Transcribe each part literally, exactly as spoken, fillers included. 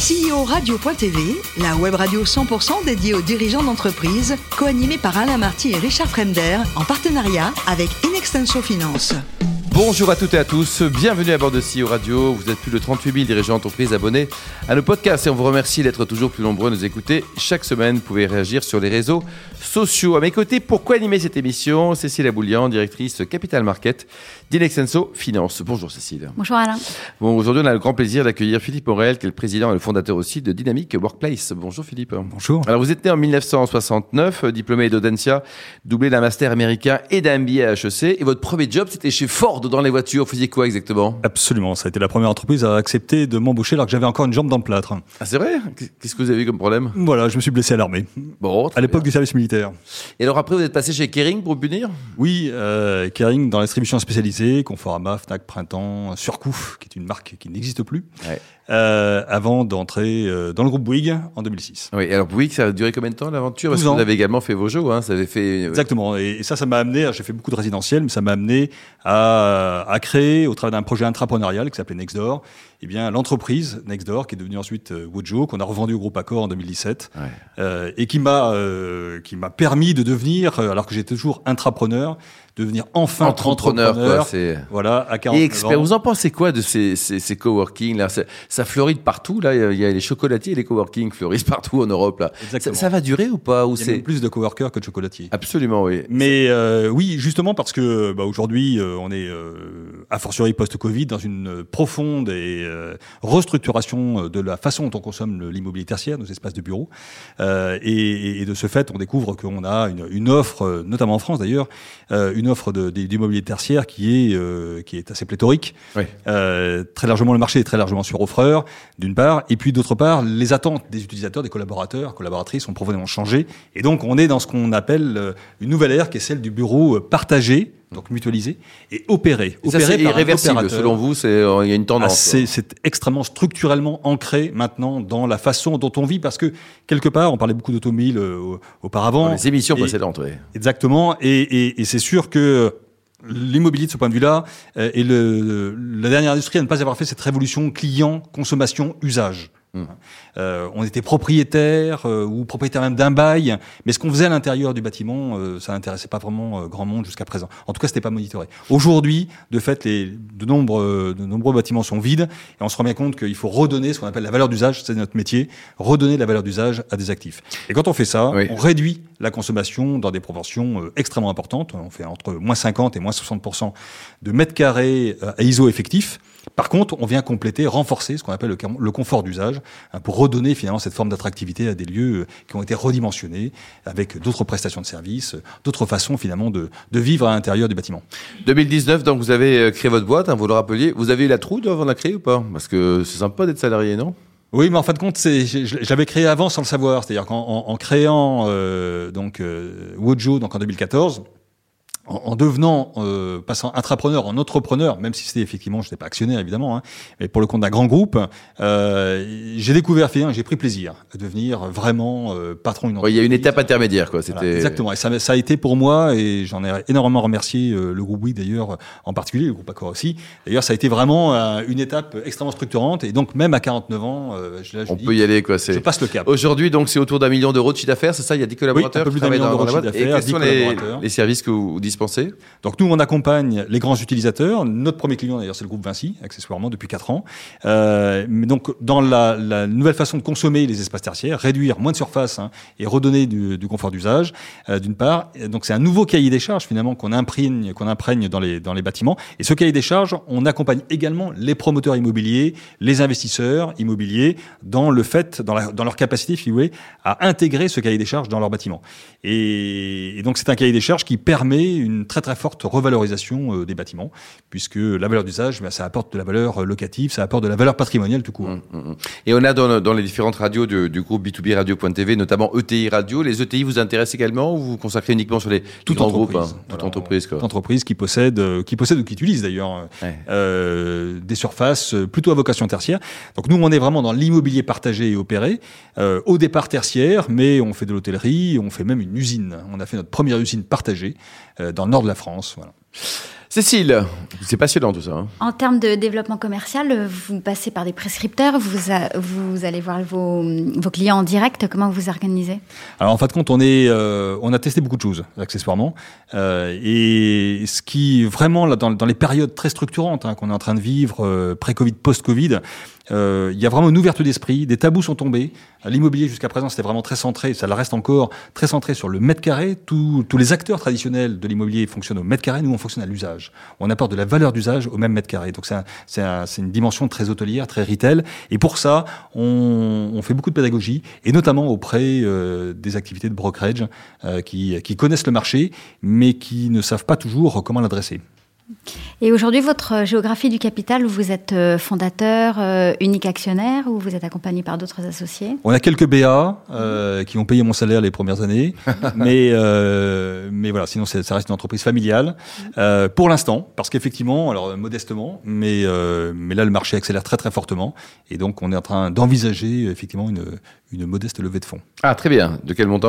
C E O Radio point T V, la web radio cent pour cent dédiée aux dirigeants d'entreprise, co-animée par Alain Marty et Richard Fremder, en partenariat avec Inextenso Finance. Bonjour à toutes et à tous, bienvenue à bord de C E O Radio. Vous êtes plus de trente-huit mille dirigeants d'entreprise abonnés à nos podcasts et on vous remercie d'être toujours plus nombreux à nous écouter. Chaque semaine, vous pouvez réagir sur les réseaux sociaux. À mes côtés, pour co-animer cette émission, Cécile Aboulian, directrice Capital Market d'Inextenso Finance. Bonjour Cécile. Bonjour Alain. Bon, aujourd'hui, on a le grand plaisir d'accueillir Philippe Morel, qui est le président et le fondateur aussi de Dynamic Workplace. Bonjour Philippe. Bonjour. Alors vous êtes né en dix-neuf cent soixante-neuf, diplômé d'Audencia, doublé d'un master américain et d'un M B A à H E C. Et votre premier job, c'était chez Ford dans les voitures. Vous faisiez quoi exactement ? Absolument, ça a été la première entreprise à accepter de m'embaucher alors que j'avais encore une jambe dans le plâtre. Ah c'est vrai ? Qu'est-ce que vous avez eu comme problème ? Voilà, je me suis blessé à l'armée. Bon, à l'époque bien. du service militaire. Et alors après, vous êtes passé chez Kering pour punir ? Oui, euh, Kering dans la distribution spécialisée, Conforama, Fnac, Printemps, Surcouf, qui est une marque qui n'existe plus, ouais. euh, avant d'entrer euh, dans le groupe Bouygues en deux mille six. Oui, alors Bouygues, ça a duré combien de temps l'aventure ? Parce que vous avez également fait vos jeux, hein, ça avait fait... Exactement, et, et ça, ça m'a amené, j'ai fait beaucoup de résidentiel, mais ça m'a amené à, à créer, au travers d'un projet intrapreneurial qui s'appelait Nextdoor, eh bien, l'entreprise Nextdoor, qui est devenue ensuite euh, Wojo, qu'on a revendu au groupe Accor en deux mille dix-sept, ouais. euh, et qui m'a, euh, qui m'a permis de devenir, euh, alors que j'étais toujours intrapreneur, devenir enfin entrepreneur, entrepreneur, quoi, c'est... voilà, à quarante-neuf et expert. ans. Vous en pensez quoi de ces, ces, ces coworking là ? ça, ça fleurit de partout là. Il y a les chocolatiers et les coworking fleurissent partout en Europe là. Ça, ça va durer ou pas ? Ou Il y a c'est... même plus de coworkers que de chocolatiers. Absolument, oui. Mais euh, oui, justement parce que bah, aujourd'hui, euh, on est euh, a fortiori post-Covid dans une profonde et euh, restructuration de la façon dont on consomme l'immobilier tertiaire, nos espaces de bureaux, euh, et, et de ce fait, on découvre qu'on a une, une offre, notamment en France d'ailleurs, euh, une offre de, de, d'immobilier tertiaire qui est euh, qui est assez pléthorique. Oui. Euh, très largement, le marché est très largement sur-offreur, d'une part, et puis d'autre part, les attentes des utilisateurs, des collaborateurs, collaboratrices ont profondément changé, et donc on est dans ce qu'on appelle une nouvelle ère qui est celle du bureau partagé, donc mutualisé et opéré. Et ça, opéré c'est irréversible. Selon vous, c'est il y a une tendance. Ah, c'est, c'est extrêmement structurellement ancré maintenant dans la façon dont on vit, parce que quelque part, on parlait beaucoup d'automobile euh, auparavant. Dans les émissions et, précédentes, oui. Exactement, et, et, et c'est sûr que l'immobilier, de ce point de vue-là, euh, est le, la dernière industrie à ne pas avoir fait cette révolution client, consommation, usage. Mmh. Euh, on était propriétaire euh, ou propriétaire même d'un bail, mais ce qu'on faisait à l'intérieur du bâtiment, euh, ça n'intéressait pas vraiment euh, grand monde jusqu'à présent. En tout cas, c'était pas monitoré. Aujourd'hui, de fait, les, de, nombreux, de nombreux bâtiments sont vides et on se rend bien compte qu'il faut redonner ce qu'on appelle la valeur d'usage, c'est notre métier, redonner de la valeur d'usage à des actifs. Et quand on fait ça, oui. on réduit la consommation dans des proportions euh, extrêmement importantes. On fait entre moins cinquante et moins soixante pour cent de mètres carrés euh, à I S O effectifs. Par contre, on vient compléter, renforcer ce qu'on appelle le, le confort d'usage, hein, pour redonner finalement cette forme d'attractivité à des lieux qui ont été redimensionnés avec d'autres prestations de services, d'autres façons finalement de, de vivre à l'intérieur du bâtiment. deux mille dix-neuf, donc vous avez créé votre boîte, hein, vous le rappeliez. Vous avez eu la trouille avant de la créer ou pas ? Parce que c'est sympa d'être salarié, non ? Oui, mais en fin de compte, c'est, je, je l'avais créé avant sans le savoir. C'est-à-dire qu'en en, en créant euh, donc euh, Wojo, donc en deux mille quatorze. En devenant, euh, passant intrapreneur en entrepreneur, même si c'était effectivement, je n'étais pas actionnaire évidemment, hein, mais pour le compte d'un grand groupe, euh, j'ai découvert, j'ai pris plaisir à devenir vraiment euh, patron d'une entreprise. Oui, il y a une étape intermédiaire, quoi. C'était... Voilà, exactement. Et ça, ça a été pour moi, et j'en ai énormément remercié euh, le groupe Bouygues d'ailleurs, en particulier, le groupe Accor aussi. D'ailleurs, ça a été vraiment euh, une étape extrêmement structurante, et donc même à quarante-neuf ans, euh, je, là, je on dis, peut y aller, quoi. C'est... Je passe le cap. Aujourd'hui, donc, c'est autour d'un million d'euros de chiffre d'affaires, c'est ça ? Il y a dix collaborateurs oui, un peu plus qui travaillent d'un million dans, d'euros dans de la boîte. chiffre d'affaires, Et quels sont les, les services que vous dispensez ? Donc nous, on accompagne les grands utilisateurs. Notre premier client, d'ailleurs, c'est le groupe Vinci, accessoirement, depuis quatre ans. Euh, mais donc, dans la, la nouvelle façon de consommer les espaces tertiaires, réduire moins de surface, hein, et redonner du, du confort d'usage, euh, d'une part. Donc, c'est un nouveau cahier des charges, finalement, qu'on imprègne, qu'on imprègne dans les, dans les bâtiments. Et ce cahier des charges, on accompagne également les promoteurs immobiliers, les investisseurs immobiliers, dans le fait, dans, la, dans leur capacité, si vous voulez, à intégrer ce cahier des charges dans leur bâtiment. Et, et donc, c'est un cahier des charges qui permet une très, très forte revalorisation euh, des bâtiments, puisque la valeur d'usage, ben, ça apporte de la valeur locative, ça apporte de la valeur patrimoniale tout court. Mmh, mmh. Et on a dans, dans les différentes radios du, du groupe B deux B Radio point T V, notamment E T I Radio. Les E T I vous intéressent également ou vous vous consacrez uniquement sur les toute grands entreprise, groupes, hein, voilà, toute entreprise, quoi. Toute entreprise qui possède, euh, qui possède ou qui utilise d'ailleurs ouais. euh, des surfaces plutôt à vocation tertiaire. Donc nous, on est vraiment dans l'immobilier partagé et opéré, euh, au départ tertiaire, mais on fait de l'hôtellerie, on fait même une usine. On a fait notre première usine partagée euh, dans le nord de la France. Voilà. Cécile, c'est passionnant tout ça. Hein. En termes de développement commercial, vous passez par des prescripteurs, vous, a, vous allez voir vos, vos clients en direct, comment vous vous organisez ? Alors en fin de compte, on, est, euh, on a testé beaucoup de choses, accessoirement. Euh, et ce qui, vraiment, là, dans, dans les périodes très structurantes hein, qu'on est en train de vivre, euh, pré-Covid, post-Covid, Euh, il y a vraiment une ouverture d'esprit, des tabous sont tombés. L'immobilier jusqu'à présent c'était vraiment très centré, ça le reste encore très centré sur le mètre carré. Tous, tous les acteurs traditionnels de l'immobilier fonctionnent au mètre carré, nous on fonctionne à l'usage. On apporte de la valeur d'usage au même mètre carré. Donc c'est, un, c'est, un, c'est une dimension très hôtelière, très retail. Et pour ça, on, on fait beaucoup de pédagogie, et notamment auprès euh, des activités de brokerage euh, qui, qui connaissent le marché, mais qui ne savent pas toujours comment l'adresser. Et aujourd'hui, votre géographie du capital, vous êtes fondateur, euh, unique actionnaire, ou vous êtes accompagné par d'autres associés ? On a quelques B A euh, qui ont payé mon salaire les premières années, mais euh, mais voilà, sinon c'est, ça reste une entreprise familiale euh, pour l'instant, parce qu'effectivement, alors modestement, mais euh, mais là le marché accélère très très fortement, et donc on est en train d'envisager effectivement une une modeste levée de fonds. Ah très bien. De quel montant ?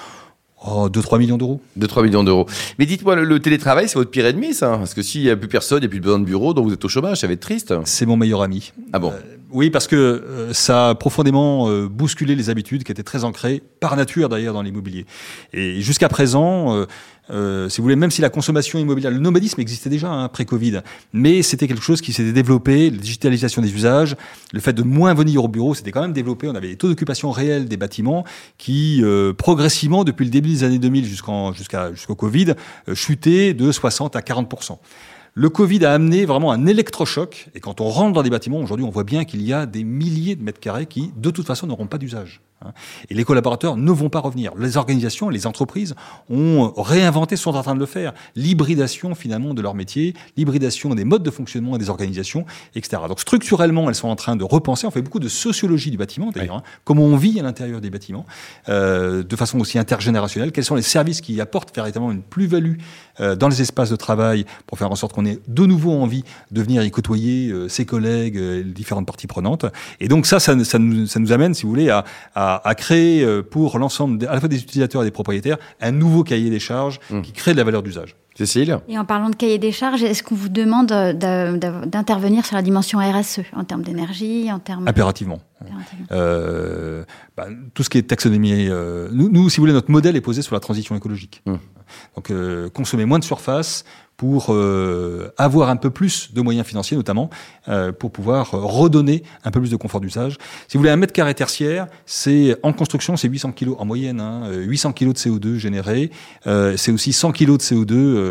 Oh, deux à trois millions d'euros. deux à trois millions d'euros. Mais dites-moi, le, le télétravail, c'est votre pire ennemi, ça ? Parce que s'il n'y a plus personne, il n'y a plus besoin de bureau, donc vous êtes au chômage, ça va être triste. C'est mon meilleur ami. Ah bon ? euh, Oui, parce que euh, ça a profondément euh, bousculé les habitudes qui étaient très ancrées, par nature d'ailleurs, dans l'immobilier. Et jusqu'à présent, euh, euh, si vous voulez, même si la consommation immobilière, le nomadisme existait déjà hein, pré-Covid, mais c'était quelque chose qui s'était développé, la digitalisation des usages, le fait de moins venir au bureau, c'était quand même développé. On avait des taux d'occupation réels des bâtiments qui, euh, progressivement, depuis le début des années deux mille jusqu'en, jusqu'à, jusqu'au Covid, euh, chutaient de soixante à quarante pour cent. Le Covid a amené vraiment un électrochoc, et quand on rentre dans des bâtiments, aujourd'hui, on voit bien qu'il y a des milliers de mètres carrés qui, de toute façon, n'auront pas d'usage. Et les collaborateurs ne vont pas revenir. Les organisations, les entreprises ont réinventé, sont en train de le faire. L'hybridation, finalement, de leur métier, l'hybridation des modes de fonctionnement et des organisations, et cetera. Donc, structurellement, elles sont en train de repenser. On fait beaucoup de sociologie du bâtiment, d'ailleurs. Oui. Hein, comment on vit à l'intérieur des bâtiments, euh, de façon aussi intergénérationnelle. Quels sont les services qui apportent véritablement une plus-value euh, dans les espaces de travail pour faire en sorte qu'on ait de nouveau envie de venir y côtoyer euh, ses collègues, euh, les différentes parties prenantes. Et donc, ça, ça, ça, nous, ça nous amène, si vous voulez, à, à à créer pour l'ensemble, à la fois des utilisateurs et des propriétaires, un nouveau cahier des charges mmh. qui crée de la valeur d'usage. Cécile ? Et en parlant de cahier des charges, est-ce qu'on vous demande d'intervenir sur la dimension R S E, en termes d'énergie, en termes... Impérativement. Impérativement. Euh, bah, tout ce qui est taxonomie... Euh, nous, nous, si vous voulez, notre modèle est posé sur la transition écologique. Mmh. Donc, euh, consommer moins de surface pour euh, avoir un peu plus de moyens financiers, notamment, euh, pour pouvoir redonner un peu plus de confort d'usage. Si vous voulez, un mètre carré tertiaire, c'est en construction, c'est huit cents kilos en moyenne, hein, huit cents kilos de C O deux générés. Euh, c'est aussi cent kilos de C O deux euh,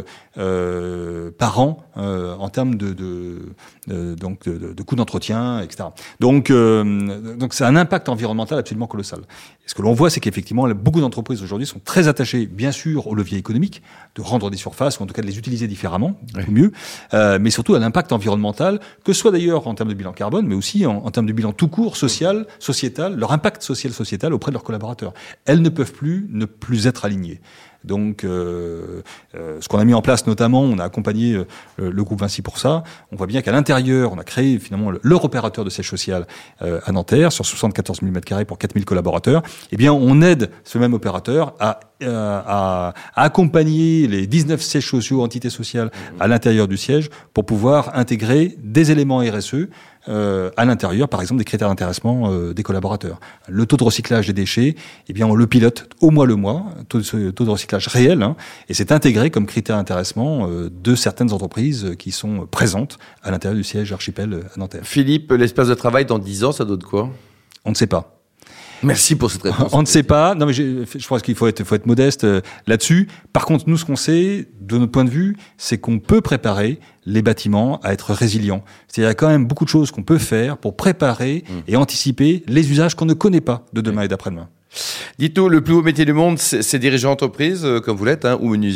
euh, par an euh, en termes de, de, de, donc de, de, de coûts d'entretien, et cetera. Donc, euh, donc c'est un impact environnemental absolument colossal. Et ce que l'on voit, c'est qu'effectivement, beaucoup d'entreprises aujourd'hui sont très attachées, bien sûr, au levier économique, de rendre des surfaces, ou en tout cas de les utiliser différemment, oui. beaucoup mieux, euh, mais surtout à l'impact environnemental, que ce soit d'ailleurs en termes de bilan carbone, mais aussi en, en termes de bilan tout court, social, sociétal, leur impact social, sociétal auprès de leurs collaborateurs. Elles ne peuvent plus ne plus être alignées. Donc, euh, euh, ce qu'on a mis en place, notamment, on a accompagné euh, le groupe Vinci pour ça. On voit bien qu'à l'intérieur, on a créé finalement le, leur opérateur de siège social euh, à Nanterre, sur soixante-quatorze mille mètres carrés pour quatre mille collaborateurs. Eh bien, on aide ce même opérateur à, euh, à, à accompagner les dix-neuf sièges sociaux, entités sociales, à l'intérieur du siège, pour pouvoir intégrer des éléments R S E Euh, à l'intérieur, par exemple, des critères d'intéressement euh, des collaborateurs. Le taux de recyclage des déchets, eh bien, on le pilote au mois le mois, taux de, taux de recyclage réel, hein, et c'est intégré comme critère d'intéressement euh, de certaines entreprises qui sont présentes à l'intérieur du siège Archipel à Nanterre. Philippe, l'espace de travail dans dix ans, ça donne quoi ? On ne sait pas. Merci pour cette réponse. On ne sait pas. Non, mais j'ai, je pense qu'il faut être, faut être modeste euh, là-dessus. Par contre, nous, ce qu'on sait, de notre point de vue, c'est qu'on peut préparer les bâtiments à être résilients. C'est-à-dire, il y a quand même beaucoup de choses qu'on peut faire pour préparer mmh. et anticiper les usages qu'on ne connaît pas de demain mmh. et d'après-demain. Dites-nous, le plus haut métier du monde, c'est, c'est dirigeant d'entreprise, euh, comme vous l'êtes, hein, ou menuisier ?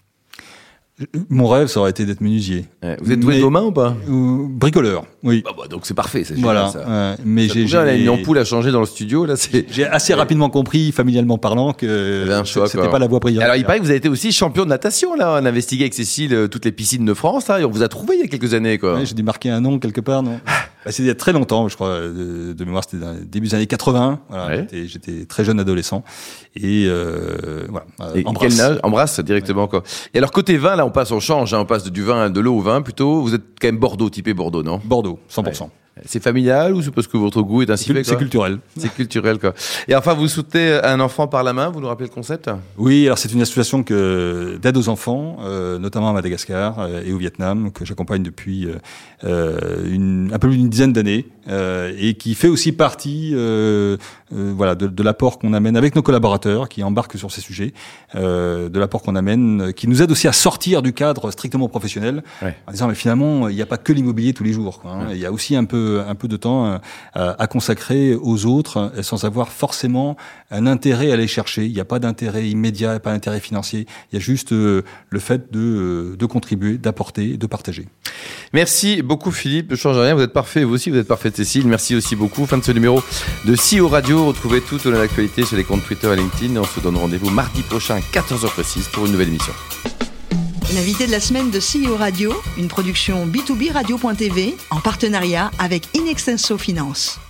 Mon rêve, ça aurait été d'être menuisier. Ouais, vous êtes doué de vos mains ou pas ? euh, Bricoleur, oui. Ah bah, donc c'est parfait, c'est voilà, génial, ça. Euh, mais ça j'ai, j'ai, j'ai une ampoule à changer dans le studio là. C'est... J'ai assez rapidement compris, familialement parlant, que un choix, c'était quoi. pas la voie prioritaire. Alors il paraît que vous avez été aussi champion de natation là. On a investigué avec Cécile toutes les piscines de France là, et on vous a trouvé il y a quelques années quoi. Ouais, j'ai dû marquer un nom quelque part, non ? Bah, c'était il y a très longtemps, je crois, de, de mémoire, c'était dans les début des années quatre-vingts. Voilà, ouais. j'étais, j'étais très jeune adolescent. Et euh, voilà. Et quel âge ? Embrasse directement, ouais. quoi. Et alors, côté vin, là, on passe, on change, hein, on passe du vin, de l'eau au vin plutôt. Vous êtes quand même Bordeaux, typé Bordeaux, non ? Bordeaux, cent pour cent. Ouais. C'est familial ou c'est parce que votre goût est ainsi c'est, fait c'est culturel. C'est culturel, quoi. Et enfin, vous soutenez un enfant par la main, vous nous rappelez le concept ? Oui, alors c'est une association que, d'aide aux enfants, euh, notamment à Madagascar euh, et au Vietnam, que j'accompagne depuis euh, une, un peu plus d'une dizaine d'années, euh, et qui fait aussi partie euh, euh, voilà, de, de l'apport qu'on amène avec nos collaborateurs qui embarquent sur ces sujets, euh, de l'apport qu'on amène, qui nous aide aussi à sortir du cadre strictement professionnel, ouais. en disant mais finalement, il n'y a pas que l'immobilier tous les jours, quoi, hein, ouais. il y a aussi un peu un peu de temps à, à consacrer aux autres sans avoir forcément un intérêt à aller chercher. Il n'y a pas d'intérêt immédiat, pas d'intérêt financier. Il y a juste euh, le fait de, de contribuer, d'apporter, de partager. Merci beaucoup Philippe. Ne change rien, vous êtes parfait. Vous aussi, vous êtes parfait Cécile. Merci aussi beaucoup. Fin de ce numéro de C E O Radio. Retrouvez toute l'actualité sur les comptes Twitter et LinkedIn. Et on se donne rendez-vous mardi prochain à quatorze heures précise pour une nouvelle émission. L'invité de la semaine de C E O Radio, une production B deux B radio point T V en partenariat avec Inextenso Finance.